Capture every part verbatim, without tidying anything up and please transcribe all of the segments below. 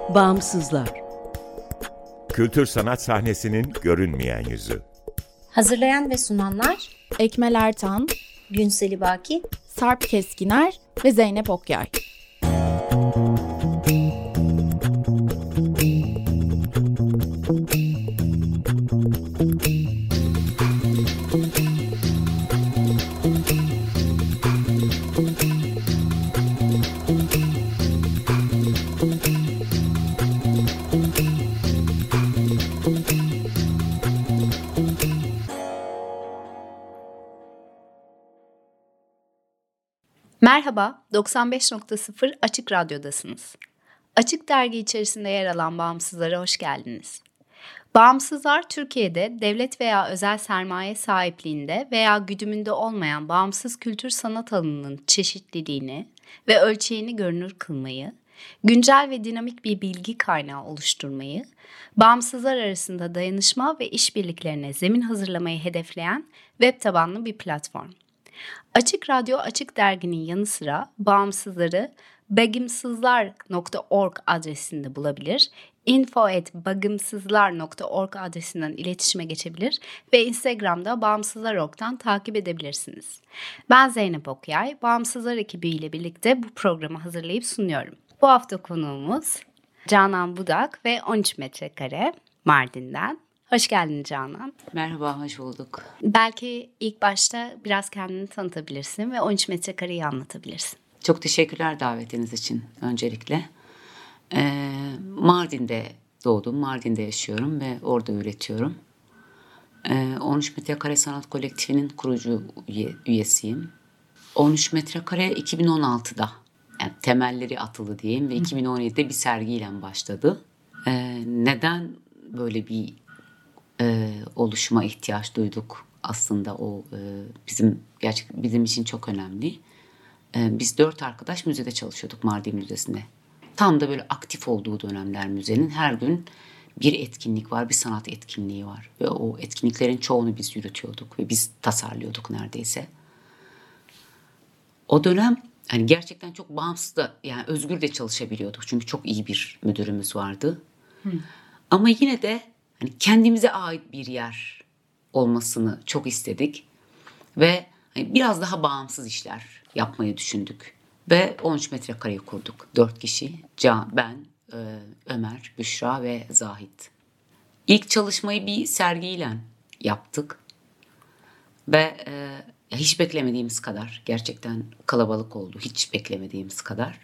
Bağımsızlar. Kültür sanat sahnesinin görünmeyen yüzü. Hazırlayan ve sunanlar Ekmel Ertan, Günseli Baki, Sarp Keskiner ve Zeynep Okyay. Merhaba, doksan beş nokta sıfır Açık Radyo'dasınız. Açık Dergi içerisinde yer alan Bağımsızlar'a hoş geldiniz. Bağımsızlar, Türkiye'de devlet veya özel sermaye sahipliğinde veya güdümünde olmayan bağımsız kültür sanat alanının çeşitliliğini ve ölçeğini görünür kılmayı, güncel ve dinamik bir bilgi kaynağı oluşturmayı, bağımsızlar arasında dayanışma ve işbirliklerine zemin hazırlamayı hedefleyen web tabanlı bir platform. Açık Radyo Açık Dergi'nin yanı sıra bağımsızları bagımsızlar nokta org adresinde bulabilir, info at bagımsızlar nokta org adresinden iletişime geçebilir ve Instagram'da bağımsızlar nokta org'dan takip edebilirsiniz. Ben Zeynep Okyay, Bağımsızlar ekibiyle birlikte bu programı hazırlayıp sunuyorum. Bu hafta konuğumuz Canan Budak ve on üç metrekare Mardin'den. Hoş geldin Canan. Merhaba, hoş bulduk. Belki ilk başta biraz kendini tanıtabilirsin ve on üç metrekareyi anlatabilirsin. Çok teşekkürler davetiniz için öncelikle. Ee, Mardin'de doğdum, Mardin'de yaşıyorum ve orada üretiyorum. Ee, on üç metrekare sanat kolektifinin kurucu üye, üyesiyim. on üç metrekare iki bin on altıda yani temelleri atıldı diyeyim ve iki bin on yedide bir sergiyle başladı. Ee, neden böyle bir e, oluşuma ihtiyaç duyduk? Aslında o e, bizim gerçek bizim için çok önemli. E, biz dört arkadaş müzede çalışıyorduk, Mardin Müzesi'nde. Tam da böyle aktif olduğu dönemler müzenin. Her gün bir etkinlik var, bir sanat etkinliği var. Ve o etkinliklerin çoğunu biz yürütüyorduk ve biz tasarlıyorduk neredeyse. O dönem hani gerçekten çok bağımsız da, yani özgür de çalışabiliyorduk. Çünkü çok iyi bir müdürümüz vardı. Hı. Ama yine de hani kendimize ait bir yer olmasını çok istedik. Ve hani biraz daha bağımsız işler yapmayı düşündük. Ve on üç metrekareyi kurduk. Dört kişi. Can, ben, Ömer, Büşra ve Zahit. İlk çalışmayı bir sergiyle yaptık. Ve e, hiç beklemediğimiz kadar, gerçekten kalabalık oldu. Hiç beklemediğimiz kadar.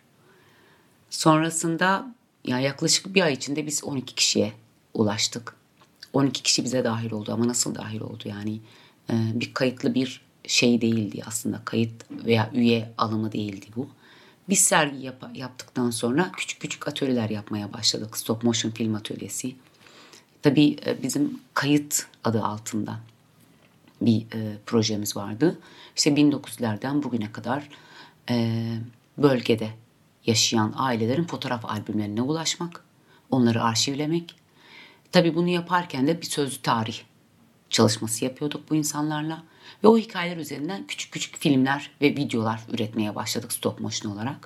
Sonrasında ya yaklaşık bir ay içinde biz on iki kişiye ulaştık. on iki kişi bize dahil oldu ama nasıl dahil oldu? Yani e, bir kayıtlı bir şey değildi aslında. Kayıt veya üye alımı değildi bu. Biz sergi yap- yaptıktan sonra küçük küçük atölyeler yapmaya başladık. Stop motion film atölyesi. Tabii e, bizim kayıt adı altında bir e, projemiz vardı. İşte bin dokuz yüzlerden bugüne kadar e, bölgede yaşayan ailelerin fotoğraf albümlerine ulaşmak, onları arşivlemek. Tabii bunu yaparken de bir sözlü tarih çalışması yapıyorduk bu insanlarla. Ve o hikayeler üzerinden küçük küçük filmler ve videolar üretmeye başladık stop motion olarak.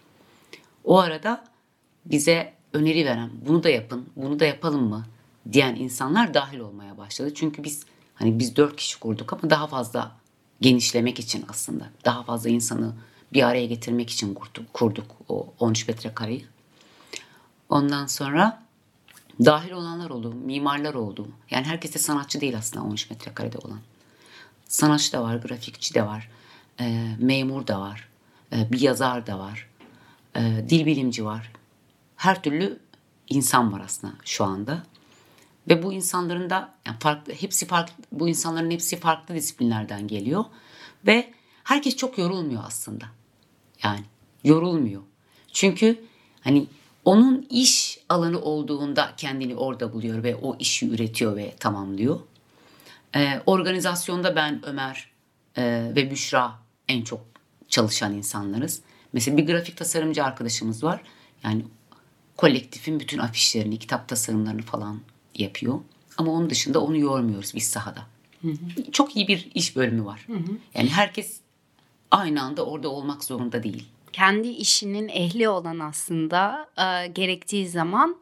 O arada bize öneri veren, bunu da yapın, bunu da yapalım mı diyen insanlar dahil olmaya başladı. Çünkü biz hani biz dört kişi kurduk ama daha fazla genişlemek için aslında, daha fazla insanı bir araya getirmek için kurduk, kurduk o on üç metrekareyi. Ondan sonra dahil olanlar oldu, mimarlar oldu. Yani herkes de sanatçı değil aslında on üç metrekarede olan. Sanatçı da var, grafikçi de var, e, memur da var, e, bir yazar da var, e, dil bilimci var. Her türlü insan var aslında şu anda. Ve bu insanların da yani farklı, hepsi farklı, bu insanların hepsi farklı disiplinlerden geliyor. Ve herkes çok yorulmuyor aslında. Yani yorulmuyor. Çünkü hani onun iş alanı olduğunda kendini orada buluyor ve o işi üretiyor ve tamamlıyor. Ee, organizasyonda ben, Ömer e, ve Büşra en çok çalışan insanlarız. Mesela bir grafik tasarımcı arkadaşımız var. Yani kolektifin bütün afişlerini, kitap tasarımlarını falan yapıyor. Ama onun dışında onu yormuyoruz biz sahada. Hı hı. Çok iyi bir iş bölümü var. Hı hı. Yani herkes aynı anda orada olmak zorunda değil. kendi işinin ehli olan aslında e, gerektiği zaman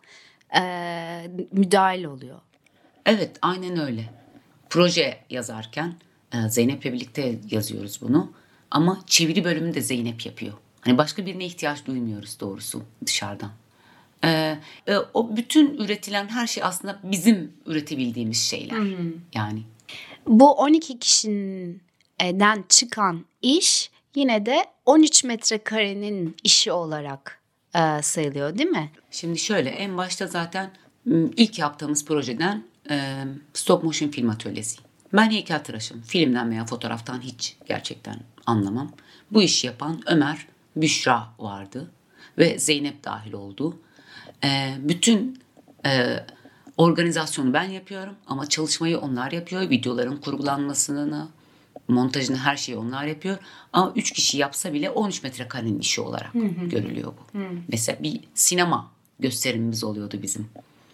e, müdahil oluyor. Evet, aynen öyle. Proje yazarken e, Zeynep'le birlikte yazıyoruz bunu. Ama çeviri bölümünü de Zeynep yapıyor. Hani başka birine ihtiyaç duymuyoruz doğrusu dışarıdan. E, e, o bütün üretilen her şey aslında bizim üretebildiğimiz şeyler. Hı-hı. Yani. Bu on iki kişiden çıkan iş yine de on üç metrekarenin işi olarak e, sayılıyor değil mi? Şimdi şöyle, en başta zaten ilk yaptığımız projeden e, stop motion film atölyesi. Ben heykeltıraşım. Filmden veya fotoğraftan hiç gerçekten anlamam. Bu işi yapan Ömer, Büşra vardı ve Zeynep dahil oldu. E, bütün e, organizasyonu ben yapıyorum ama çalışmayı onlar yapıyor. Videoların kurgulanmasını, montajını, her şeyi onlar yapıyor. Ama üç kişi yapsa bile on üç metrekarenin işi olarak hı hı. görülüyor bu. Hı. Mesela bir sinema gösterimimiz oluyordu bizim.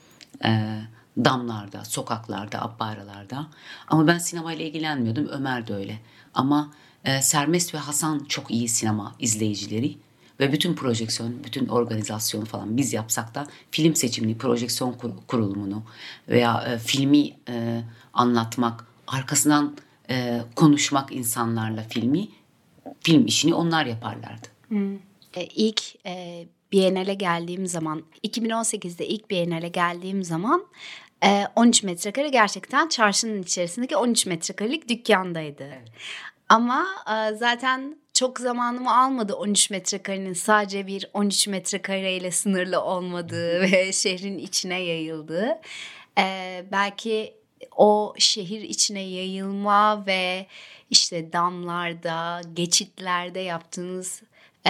Ee, damlarda, sokaklarda, abbaralarda. Ama ben sinemayla ilgilenmiyordum. Ömer de öyle. Ama e, Sermes ve Hasan çok iyi sinema izleyicileri. Ve bütün projeksiyon, bütün organizasyonu falan biz yapsak da film seçimini, projeksiyon kurulumunu veya e, filmi e, anlatmak, arkasından e, konuşmak insanlarla filmi, film işini onlar yaparlardı. Hmm. E, ilk e, Biennale geldiğim zaman, iki bin on sekizde ilk Biennale geldiğim zaman e, on üç metrekare gerçekten çarşının içerisindeki on üç metrekarelik dükkandaydı. Evet. Ama e, zaten çok zamanımı almadı on üç metrekarenin sadece bir on üç metrekareyle sınırlı olmadığı ve şehrin içine yayıldığı. E, belki o şehir içine yayılma ve işte damlarda, geçitlerde yaptığınız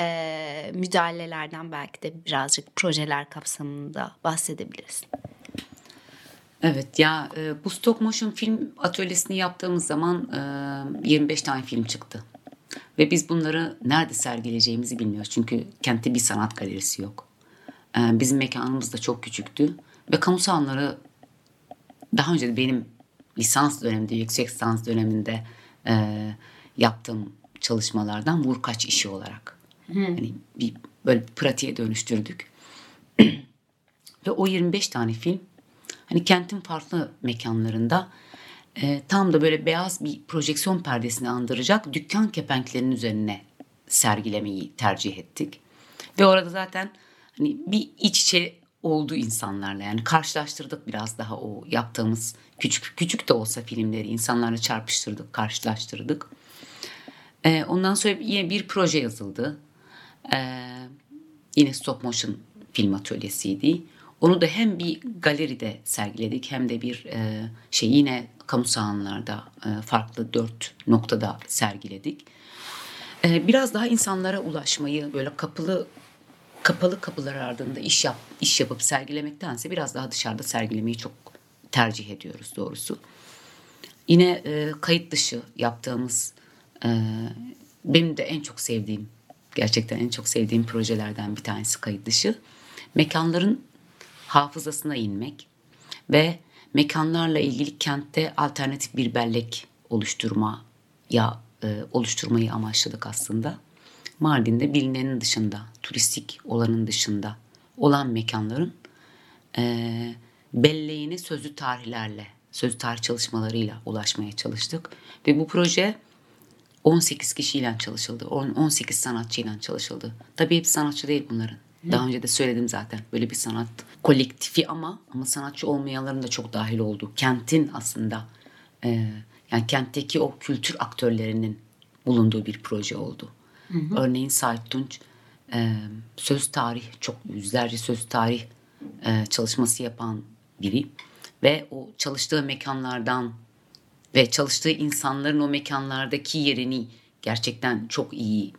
e, müdahalelerden belki de birazcık projeler kapsamında bahsedebiliriz. Evet ya, e, bu stop motion film atölyesini yaptığımız zaman e, yirmi beş tane film çıktı. Ve biz bunları nerede sergileyeceğimizi bilmiyoruz. Çünkü kentte bir sanat galerisi yok. E, bizim mekanımız da çok küçüktü. Ve kamu sahanları daha önce de benim lisans döneminde, yüksek lisans döneminde e, yaptığım çalışmalardan vurkaç işi olarak. Hmm. Hani bir böyle pratiğe dönüştürdük. Ve o yirmi beş tane film hani kentin farklı mekanlarında e, tam da böyle beyaz bir projeksiyon perdesini andıracak dükkan kepenklerinin üzerine sergilemeyi tercih ettik. Ve orada zaten hani bir iç içe oldu insanlarla, yani karşılaştırdık biraz daha o yaptığımız küçük küçük de olsa filmleri insanlarla çarpıştırdık, karşılaştırdık. Ee, ondan sonra yine bir proje yazıldı. Ee, yine stop motion film atölyesiydi. Onu da hem bir galeride sergiledik hem de bir e, şey yine kamu sahanlarda e, farklı dört noktada sergiledik. E, biraz daha insanlara ulaşmayı böyle kapılı kapalı kapılar ardında iş yap iş yapıp sergilemektense biraz daha dışarıda sergilemeyi çok tercih ediyoruz doğrusu. Yine e, kayıt dışı yaptığımız e, benim de en çok sevdiğim, gerçekten en çok sevdiğim projelerden bir tanesi kayıt dışı. Mekanların hafızasına inmek ve mekanlarla ilgili kentte alternatif bir bellek oluşturma ya e, oluşturmayı amaçladık aslında. Mardin'de bilinenin dışında, turistik olanın dışında olan mekanların e, belleğine sözlü tarihlerle, sözlü tarih çalışmalarıyla ulaşmaya çalıştık. Ve bu proje on sekiz kişiyle çalışıldı, on sekiz sanatçıyla çalışıldı. Tabii hepsi sanatçı değil bunların. Daha önce de söyledim zaten, böyle bir sanat kolektifi ama ama sanatçı olmayanların da çok dahil olduğu, kentin aslında e, yani kentteki o kültür aktörlerinin bulunduğu bir proje oldu. Hı hı. Örneğin Sait Tunç e, söz tarih, çok yüzlerce söz tarih e, çalışması yapan biri ve o çalıştığı mekanlardan ve çalıştığı insanların o mekanlardaki yerini gerçekten çok iyi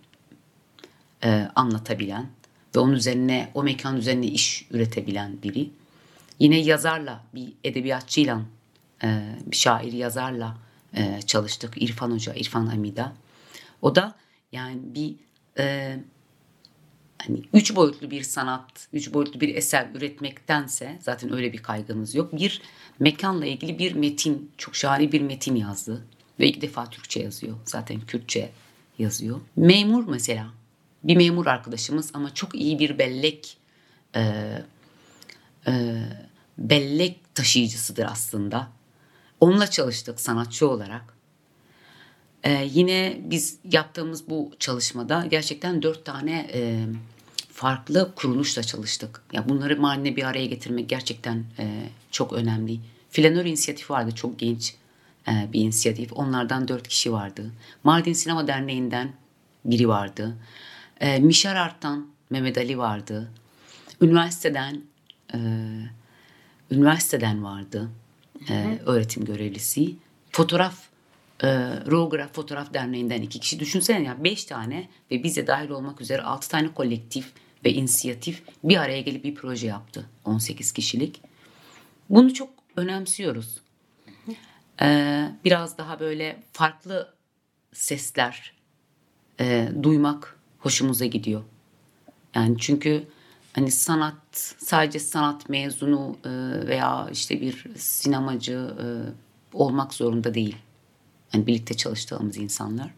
e, anlatabilen ve onun üzerine, o mekan üzerine iş üretebilen biri. Yine yazarla, bir edebiyatçıyla, e, bir şair yazarla e, çalıştık. İrfan Hoca, İrfan Amida. O da yani bir e, hani üç boyutlu bir sanat, üç boyutlu bir eser üretmektense, zaten öyle bir kaygımız yok, bir mekanla ilgili bir metin, çok şahane bir metin yazdı. Ve ilk defa Türkçe yazıyor. Zaten Kürtçe yazıyor. Memur mesela. bir memur arkadaşımız ama çok iyi bir bellek e, e, bellek taşıyıcısıdır aslında. Onunla çalıştık sanatçı olarak. Ee, yine biz yaptığımız bu çalışmada gerçekten dört tane e, farklı kuruluşla çalıştık. Ya bunları Mardin'e bir araya getirmek gerçekten e, çok önemli. Flanör inisiyatifi vardı, çok genç e, bir inisiyatif. Onlardan dört kişi vardı. Mardin Sinema Derneği'nden biri vardı. E, Mişar Art'tan Mehmet Ali vardı. Üniversiteden e, üniversiteden vardı e, öğretim görevlisi. Fotoğraf e, Rograf Fotoğraf Derneği'nden iki kişi. Düşünsene ya, beş tane ve bize dahil olmak üzere altı tane kolektif ve inisiyatif bir araya gelip bir proje yaptı. on sekiz kişilik. Bunu çok önemsiyoruz. Ee, biraz daha böyle farklı sesler e, duymak hoşumuza gidiyor. Yani çünkü hani sanat, sadece sanat mezunu e, veya işte bir sinemacı e, olmak zorunda değil. Yani birlikte çalıştığımız insanlar.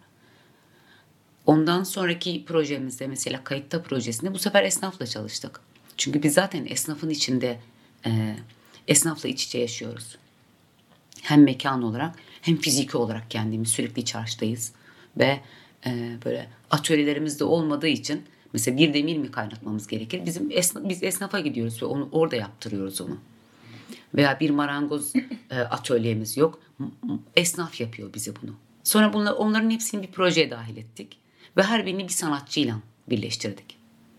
Ondan sonraki projemizde, mesela Kayıtta projesinde bu sefer esnafla çalıştık. Çünkü biz zaten esnafın içinde e, esnafla iç içe yaşıyoruz. Hem mekan olarak hem fiziki olarak kendimiz sürekli çarşıdayız. Ve e, böyle atölyelerimiz de olmadığı için mesela bir demir mi kaynatmamız gerekir? Bizim esna, biz esnafa gidiyoruz ve onu orada yaptırıyoruz onu. Veya bir marangoz e, atölyemiz yok. Esnaf yapıyor bize bunu. Sonra bunlar, onların hepsini bir projeye dahil ettik. Ve her birini bir sanatçıyla birleştirdik.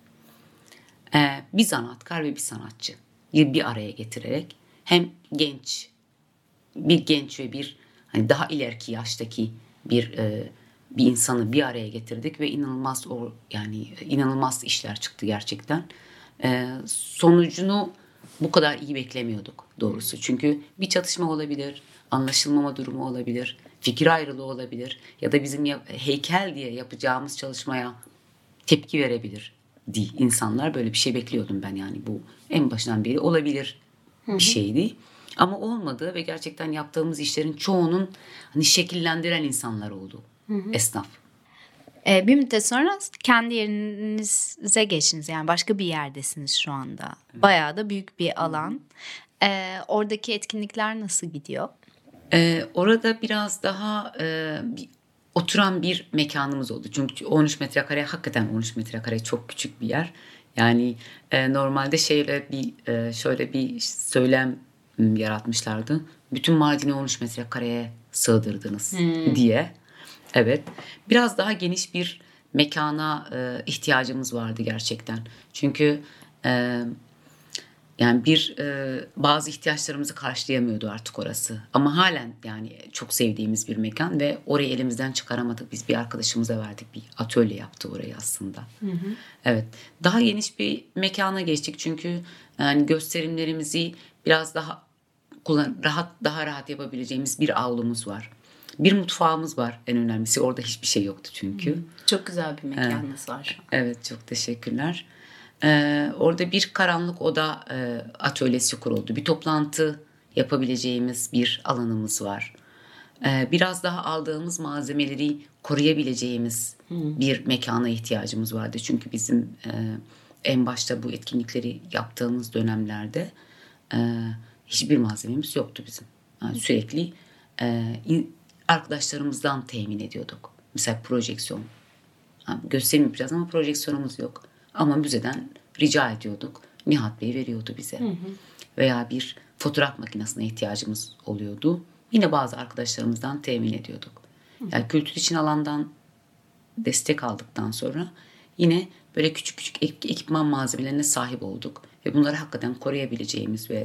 Ee, bir sanatkar ve bir sanatçı bir araya getirerek hem genç bir genç ve bir hani daha ileriki yaştaki bir e, bir insanı bir araya getirdik ve inanılmaz o yani inanılmaz işler çıktı gerçekten. Ee, sonucunu bu kadar iyi beklemiyorduk doğrusu. Çünkü bir çatışma olabilir, anlaşılmama durumu olabilir, fikir ayrılığı olabilir ya da bizim yap- heykel diye yapacağımız çalışmaya tepki verebilir diye insanlar, böyle bir şey bekliyordum ben, yani bu en başından beri olabilir bir şeydi. Ama olmadı ve gerçekten yaptığımız işlerin çoğunun hani şekillendiren insanlar oldu. Hı hı. Esnaf. Ee, bir müddet sonra kendi yerinize geçtiniz. Yani başka bir yerdesiniz şu anda. Bayağı da büyük bir alan. Ee, oradaki etkinlikler nasıl gidiyor? Ee, orada biraz daha e, bir, oturan bir mekanımız oldu. Çünkü on üç metrekare, hakikaten on üç metrekare çok küçük bir yer. Yani e, normalde şeyle bir e, şöyle bir söylem m, yaratmışlardı. Bütün Mardin'i on üç metrekareye sığdırdınız hmm. diye. Evet. Biraz daha geniş bir mekana e, ihtiyacımız vardı gerçekten. Çünkü e, yani bir e, bazı ihtiyaçlarımızı karşılayamıyordu artık orası. Ama halen yani çok sevdiğimiz bir mekan ve orayı elimizden çıkaramadık. Biz bir arkadaşımıza verdik, bir atölye yaptı orayı aslında. Hı hı. Evet. Daha geniş bir mekana geçtik çünkü yani gösterimlerimizi biraz daha kullan rahat daha rahat yapabileceğimiz bir avlumuz var. Bir mutfağımız var, en önemlisi. Orada hiçbir şey yoktu çünkü. Hmm, çok güzel bir mekanınız var şu an. Evet, çok teşekkürler. Ee, orada bir karanlık oda e, atölyesi kuruldu. Bir toplantı yapabileceğimiz bir alanımız var. Ee, biraz daha aldığımız malzemeleri koruyabileceğimiz hmm. bir mekana ihtiyacımız vardı. Çünkü bizim e, en başta bu etkinlikleri yaptığımız dönemlerde e, hiçbir malzememiz yoktu bizim. Yani sürekli e, in, arkadaşlarımızdan temin ediyorduk. Mesela projeksiyon. Yani gösterim yapacağız ama projeksiyonumuz yok. Ama müzeden rica ediyorduk. Nihat Bey veriyordu bize. Hı hı. Veya bir fotoğraf makinesine ihtiyacımız oluyordu. Yine bazı arkadaşlarımızdan temin ediyorduk. Hı hı. Yani kültür için alandan destek aldıktan sonra yine böyle küçük küçük ekipman malzemelerine sahip olduk. Ve bunları hakikaten koruyabileceğimiz ve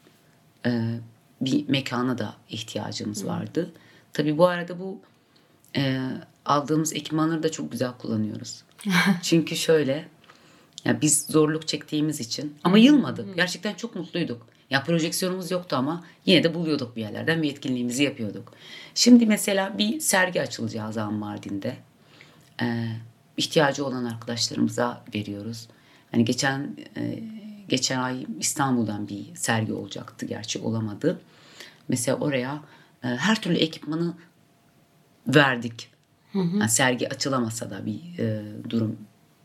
e, bir mekana da ihtiyacımız hı. vardı. Tabii bu arada bu e, aldığımız ekipmanları da çok güzel kullanıyoruz. Çünkü şöyle, ya biz zorluk çektiğimiz için ama yılmadık. Gerçekten çok mutluyduk. Ya projeksiyonumuz yoktu ama yine de buluyorduk bir yerlerden, bir etkinliğimizi yapıyorduk. Şimdi mesela bir sergi açılacağı zaman Mardin'de e, ihtiyacı olan arkadaşlarımıza veriyoruz. Yani geçen e, geçen ay İstanbul'dan bir sergi olacaktı. Gerçi olamadı. Mesela oraya e, her türlü ekipmanı verdik. Hı hı. Yani sergi açılamasa da bir e, durum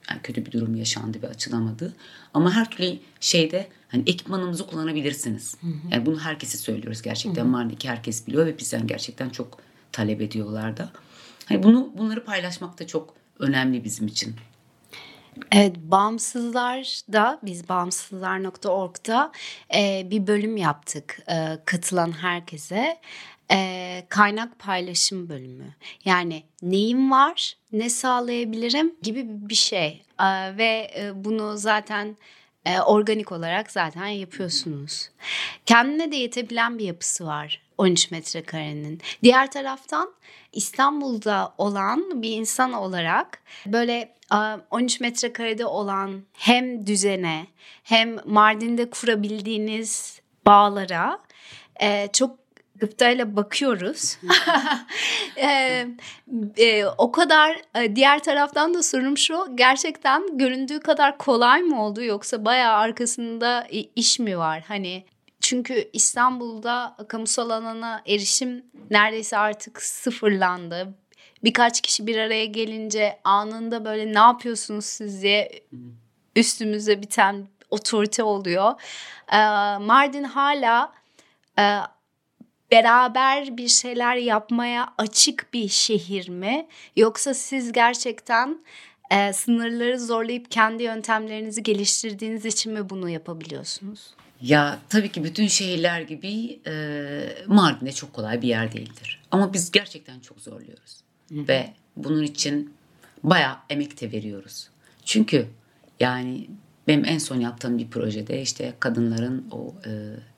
yani kötü bir durum yaşandı ve açılamadı. Ama her türlü şeyde hani ekipmanımızı kullanabilirsiniz. Hı hı. Yani bunu herkese söylüyoruz gerçekten. Mardin'deki herkes biliyor ve bizden gerçekten çok talep ediyorlar da. Hani bunu bunları paylaşmak da çok önemli bizim için. Evet, Bağımsızlar'da biz bağımsızlar nokta org'da e, bir bölüm yaptık e, katılan herkese. E, kaynak paylaşım bölümü. Yani neyim var, ne sağlayabilirim gibi bir şey. E, ve e, bunu zaten e, organik olarak zaten yapıyorsunuz. Kendine de yetebilen bir yapısı var on üç metrekarenin. Diğer taraftan İstanbul'da olan bir insan olarak böyle on üç metrekarede olan hem düzene hem Mardin'de kurabildiğiniz bağlara e, çok gıptayla bakıyoruz. e, e, o kadar e, diğer taraftan da sorum şu, gerçekten göründüğü kadar kolay mı oldu yoksa bayağı arkasında iş mi var? Hani çünkü İstanbul'da kamusal alana erişim neredeyse artık sıfırlandı. Birkaç kişi bir araya gelince anında böyle ne yapıyorsunuz siz diye üstümüze biten otorite oluyor. Ee, Mardin hala e, beraber bir şeyler yapmaya açık bir şehir mi? Yoksa siz gerçekten e, sınırları zorlayıp kendi yöntemlerinizi geliştirdiğiniz için mi bunu yapabiliyorsunuz? Ya tabii ki bütün şehirler gibi e, Mardin'de çok kolay bir yer değildir. Ama biz gerçekten çok zorluyoruz. Hı-hı. Ve bunun için bayağı emek de veriyoruz. Çünkü yani benim en son yaptığım bir projede işte kadınların o e,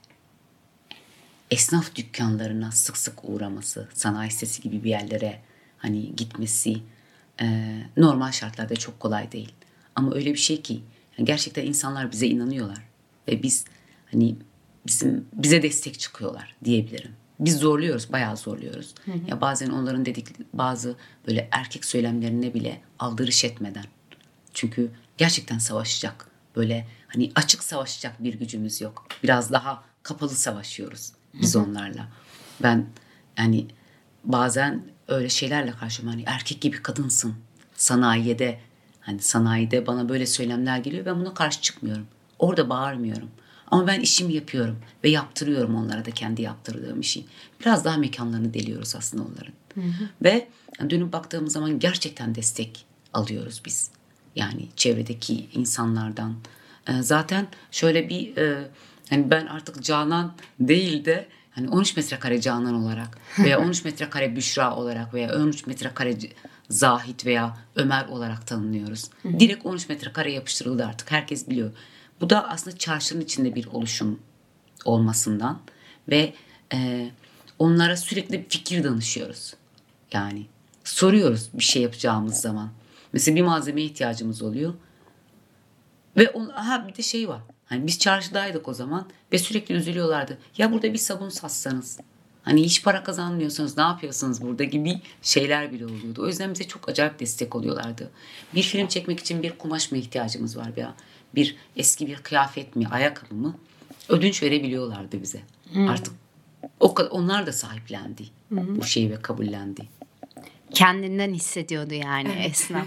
esnaf dükkanlarına sık sık uğraması, sanayi sitesi gibi bir yerlere hani gitmesi e, normal şartlarda çok kolay değil. Ama öyle bir şey ki yani gerçekten insanlar bize inanıyorlar ve biz hani bizim bize destek çıkıyorlar diyebilirim. Biz zorluyoruz, bayağı zorluyoruz. Hı hı. Ya bazen onların dedik bazı böyle erkek söylemlerine bile aldırış etmeden. Çünkü gerçekten savaşacak. Böyle hani açık savaşacak bir gücümüz yok. Biraz daha kapalı savaşıyoruz biz hı hı. onlarla. Ben yani bazen öyle şeylerle karşılaşıyorum. Hani erkek gibi kadınsın. Sanayide hani sanayide bana böyle söylemler geliyor. Ben buna karşı çıkmıyorum. Orada bağırmıyorum. Ama ben işimi yapıyorum ve yaptırıyorum onlara da kendi yaptırdığım işi. Biraz daha mekanlarını deliyoruz aslında onların. Hı hı. Ve dönüp baktığımız zaman gerçekten destek alıyoruz biz. Yani çevredeki insanlardan. Zaten şöyle bir hani ben artık Canan değil de hani on üç metrekare Canan olarak veya on üç metrekare Büşra olarak veya on üç metrekare Zahit veya Ömer olarak tanınıyoruz. Hı hı. Direkt on üç metrekare yapıştırıldı artık. Herkes biliyor. Bu da aslında çarşının içinde bir oluşum olmasından ve e, onlara sürekli fikir danışıyoruz. Yani soruyoruz bir şey yapacağımız zaman. Mesela bir malzemeye ihtiyacımız oluyor. Ve on, aha bir de şey var. Hani biz çarşıdaydık o zaman ve sürekli üzülüyorlardı. Ya burada bir sabun satsanız. Hani hiç para kazanmıyorsanız ne yapıyorsunuz burada gibi şeyler bile oluyordu. O yüzden bize çok acayip destek oluyorlardı. Bir film çekmek için bir kumaş mı ihtiyacımız var ya? Bir eski bir kıyafet mi, ayakkabı mı? Ödünç verebiliyorlardı bize. Hmm. Artık o onlar da sahiplendi hmm. bu şeyi ve kabullendi. Kendinden hissediyordu yani esnaf.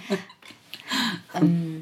um,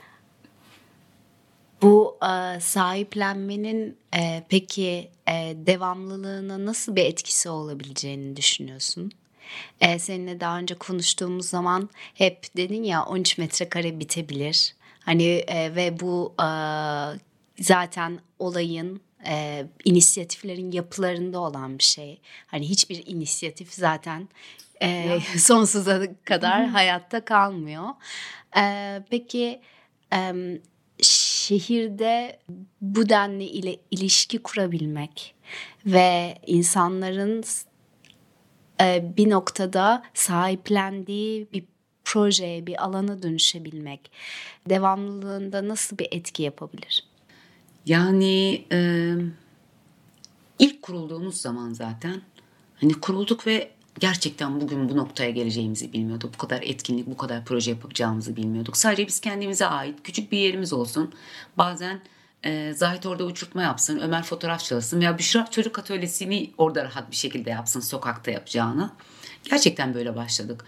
bu e, sahiplenmenin e, peki e, devamlılığına nasıl bir etkisi olabileceğini düşünüyorsun? E, seninle daha önce konuştuğumuz zaman hep dedin ya on üç metrekare bitebilir. Hani e, ve bu e, zaten olayın e, inisiyatiflerin yapılarında olan bir şey. Hani hiçbir inisiyatif zaten e, sonsuza kadar hayatta kalmıyor. E, peki e, şehirde bu denli ile ilişki kurabilmek ve insanların e, bir noktada sahiplendiği bir projeye, bir alana dönüşebilmek devamlılığında nasıl bir etki yapabilir? Yani e, ilk kurulduğumuz zaman zaten hani kurulduk ve gerçekten bugün bu noktaya geleceğimizi bilmiyorduk. Bu kadar etkinlik, bu kadar proje yapacağımızı bilmiyorduk. Sadece biz kendimize ait küçük bir yerimiz olsun. Bazen e, Zahit orada uçurtma yapsın, Ömer fotoğraf çalışsın veya Büşra çocuk atölyesini orada rahat bir şekilde yapsın, sokakta yapacağını. Gerçekten böyle başladık.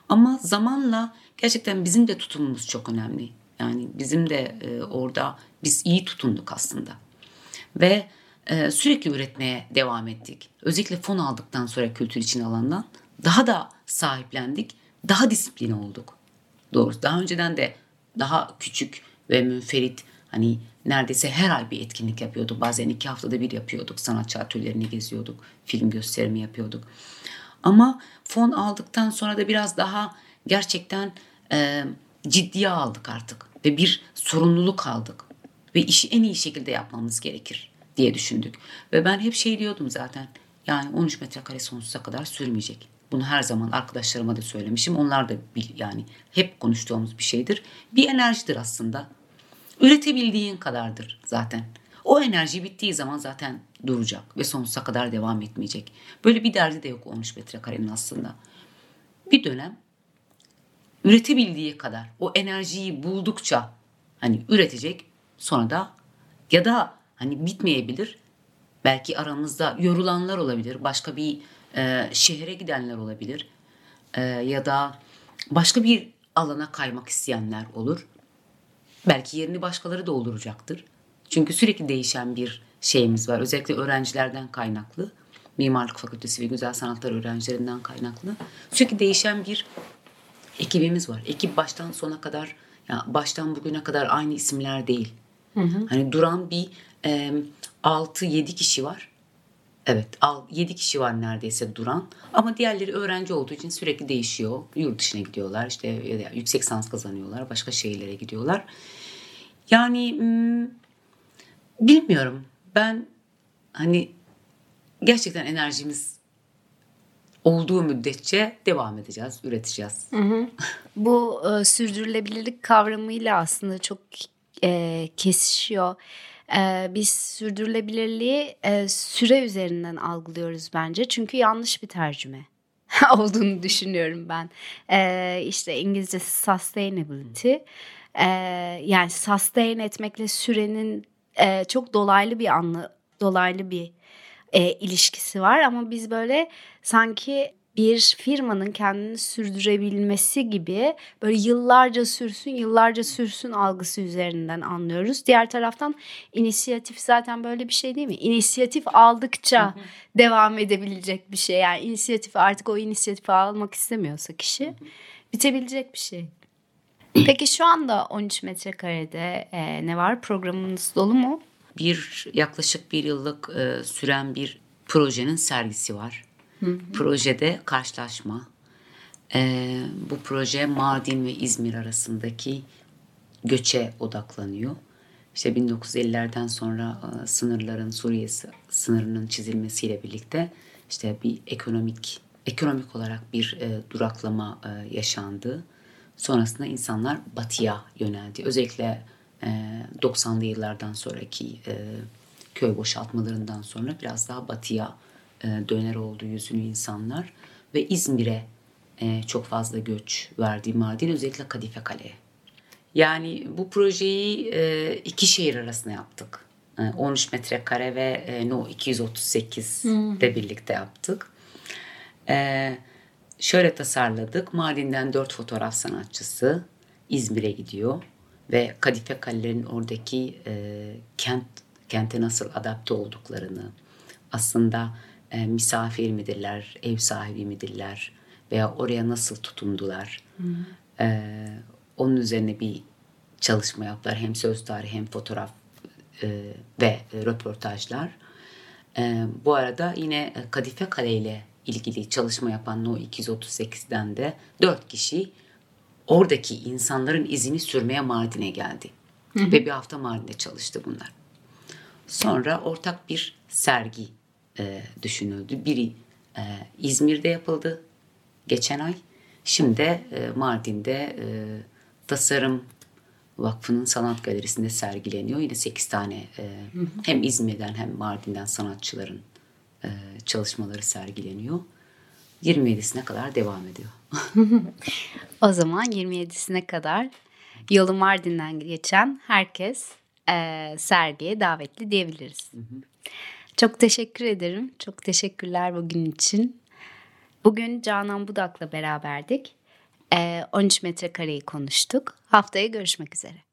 Ama zamanla gerçekten bizim de tutumumuz çok önemli. Yani bizim de e, orada biz iyi tutunduk aslında. Ve e, sürekli üretmeye devam ettik. Özellikle fon aldıktan sonra kültür için alandan daha da sahiplendik. Daha disipline olduk. Doğrusu daha önceden de daha küçük ve münferit, hani neredeyse her ay bir etkinlik yapıyorduk. Bazen iki haftada bir yapıyorduk. Sanatçı atölyelerini geziyorduk. Film gösterimi yapıyorduk. Ama fon aldıktan sonra da biraz daha gerçekten e, ciddiye aldık artık. Ve bir sorumluluk aldık. Ve işi en iyi şekilde yapmamız gerekir diye düşündük. Ve ben hep şey diyordum zaten. Yani on üç metrekare sonsuza kadar sürmeyecek. Bunu her zaman arkadaşlarıma da söylemişim. Onlar da bil, yani hep konuştuğumuz bir şeydir. Bir enerjidir aslında. Üretebildiğin kadardır zaten. O enerji bittiği zaman zaten duracak ve sonsuza kadar devam etmeyecek. Böyle bir derdi de yok on üç metrekarenin aslında. Bir dönem üretebildiği kadar o enerjiyi buldukça hani üretecek, sonra da ya da hani bitmeyebilir. Belki aramızda yorulanlar olabilir. Başka bir e, şehre gidenler olabilir. E, ya da başka bir alana kaymak isteyenler olur. Belki yerini başkaları dolduracaktır. Çünkü sürekli değişen bir şeyimiz var. Özellikle öğrencilerden kaynaklı. Mimarlık Fakültesi ve Güzel Sanatlar öğrencilerinden kaynaklı. Sürekli değişen bir ekibimiz var. Ekip baştan sona kadar, ya baştan bugüne kadar aynı isimler değil. Hı hı. Hani duran bir e, altı yedi kişi var. Evet, yedi kişi var neredeyse duran. Ama diğerleri öğrenci olduğu için sürekli değişiyor. Yurt dışına gidiyorlar, işte yüksek lisans kazanıyorlar, başka şehirlere gidiyorlar. Yani bilmiyorum. Ben hani gerçekten enerjimiz olduğu müddetçe devam edeceğiz, üreteceğiz. Hı hı. Bu e, sürdürülebilirlik kavramıyla aslında çok e, kesişiyor. E, biz sürdürülebilirliği e, süre üzerinden algılıyoruz bence. Çünkü yanlış bir tercüme olduğunu düşünüyorum ben. E, işte İngilizcesi sustainability. E, yani sustain etmekle sürenin e, çok dolaylı bir anlı, dolaylı bir e, ilişkisi var. Ama biz böyle sanki bir firmanın kendini sürdürebilmesi gibi böyle yıllarca sürsün, yıllarca sürsün algısı üzerinden anlıyoruz. Diğer taraftan inisiyatif zaten böyle bir şey değil mi? İnisiyatif aldıkça hı hı. devam edebilecek bir şey. Yani inisiyatif, artık o inisiyatifi almak istemiyorsa kişi, hı hı. bitebilecek bir şey. Peki şu anda on üç metrekarede e, ne var? Programınız dolu mu? Bir yaklaşık bir yıllık e, süren bir projenin sergisi var. Hı hı. Projede karşılaşma. Ee, bu proje Mardin ve İzmir arasındaki göçe odaklanıyor. İşte bin dokuz yüz ellilerden sonra e, sınırların Suriye sınırının çizilmesiyle birlikte işte bir ekonomik ekonomik olarak bir e, duraklama e, yaşandı. Sonrasında insanlar batıya yöneldi. Özellikle e, doksanlı yıllardan sonraki e, köy boşaltmalarından sonra biraz daha batıya döner oldu yüzünü insanlar ve İzmir'e e, çok fazla göç verdi Mardin, özellikle Kadife Kale'ye. Yani bu projeyi e, iki şehir arasında yaptık. E, on üç metrekare ve e, No iki yüz otuz sekiz hmm. de birlikte yaptık. E, şöyle tasarladık. Mardin'den dört fotoğraf sanatçısı İzmir'e gidiyor ve Kadife Kale'lerin oradaki e, kent kente nasıl adapte olduklarını, aslında E, misafir midirler, ev sahibi midirler veya oraya nasıl tutundular. Hmm. E, onun üzerine bir çalışma yaptılar. Hem söz tarihi hem fotoğraf e, ve e, röportajlar. E, bu arada yine Kadife Kale ile ilgili çalışma yapan No iki yüz otuz sekizden de dört kişi oradaki insanların izini sürmeye Mardin'e geldi. Hmm. Ve bir hafta Mardin'de çalıştı bunlar. Sonra ortak bir sergi E, düşünüldü. Biri e, İzmir'de yapıldı geçen ay. Şimdi de e, Mardin'de e, Tasarım Vakfı'nın Sanat Galerisi'nde sergileniyor. Yine sekiz tane e, hı hı. hem İzmir'den hem Mardin'den sanatçıların e, çalışmaları sergileniyor. yirmi yedisine kadar devam ediyor. O zaman yirmi yedisine kadar yolu Mardin'den geçen herkes e, sergiye davetli diyebiliriz. Hı hı. Çok teşekkür ederim. Çok teşekkürler bugün için. Bugün Canan Budak'la beraberdik. Ee, on üç metrekareyi konuştuk. Haftaya görüşmek üzere.